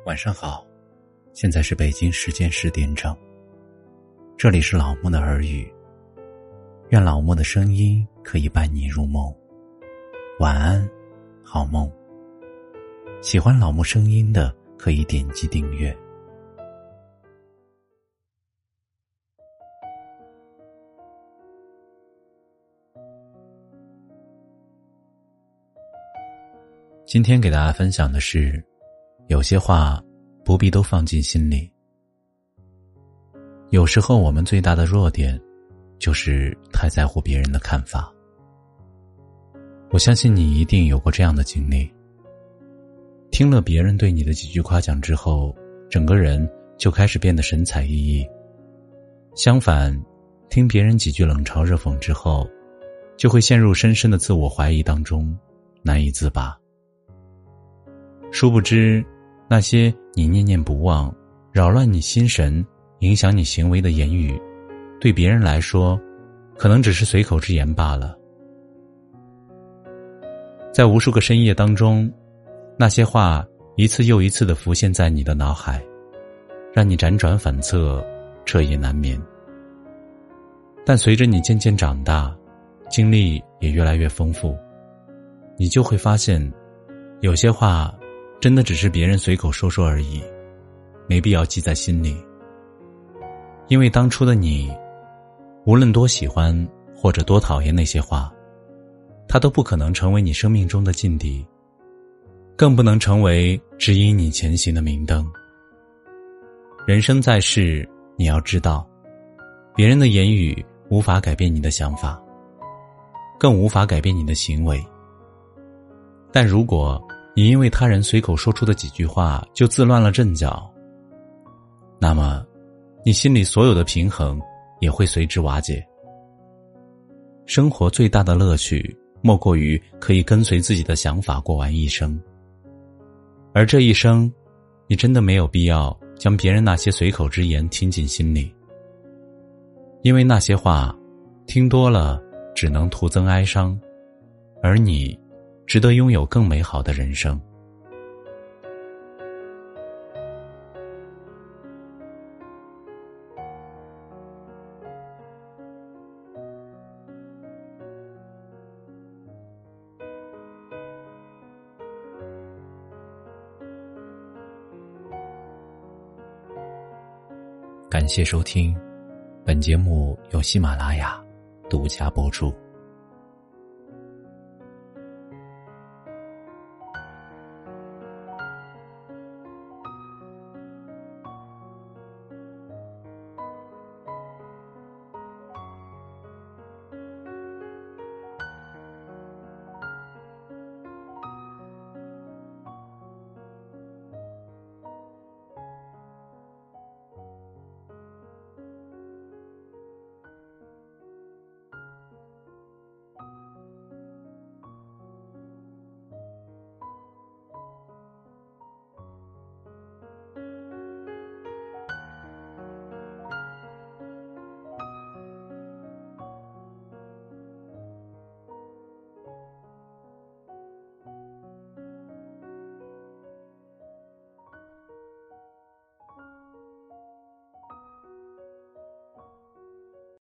晚上好，现在是北京时间10点整，这里是老木的耳语，愿老木的声音可以伴你入梦。晚安，好梦。喜欢老木声音的可以点击订阅。今天给大家分享的是，有些话不必都放进心里。有时候我们最大的弱点就是太在乎别人的看法。我相信你一定有过这样的经历，听了别人对你的几句夸奖之后，整个人就开始变得神采奕奕。相反，听别人几句冷嘲热讽之后，就会陷入深深的自我怀疑当中，难以自拔。殊不知，那些你念念不忘、扰乱你心神、影响你行为的言语，对别人来说，可能只是随口之言罢了。在无数个深夜当中，那些话一次又一次地浮现在你的脑海，让你辗转反侧，彻夜难眠。但随着你渐渐长大，经历也越来越丰富，你就会发现，有些话真的只是别人随口说说而已，没必要记在心里。因为当初的你，无论多喜欢或者多讨厌那些话，它都不可能成为你生命中的劲敌，更不能成为指引你前行的明灯。人生在世，你要知道，别人的言语无法改变你的想法，更无法改变你的行为。但如果你因为他人随口说出的几句话就自乱了阵脚，那么你心里所有的平衡也会随之瓦解。生活最大的乐趣莫过于可以跟随自己的想法过完一生，而这一生，你真的没有必要将别人那些随口之言听进心里，因为那些话听多了只能徒增哀伤，而你值得拥有更美好的人生。感谢收听，本节目由喜马拉雅独家播出。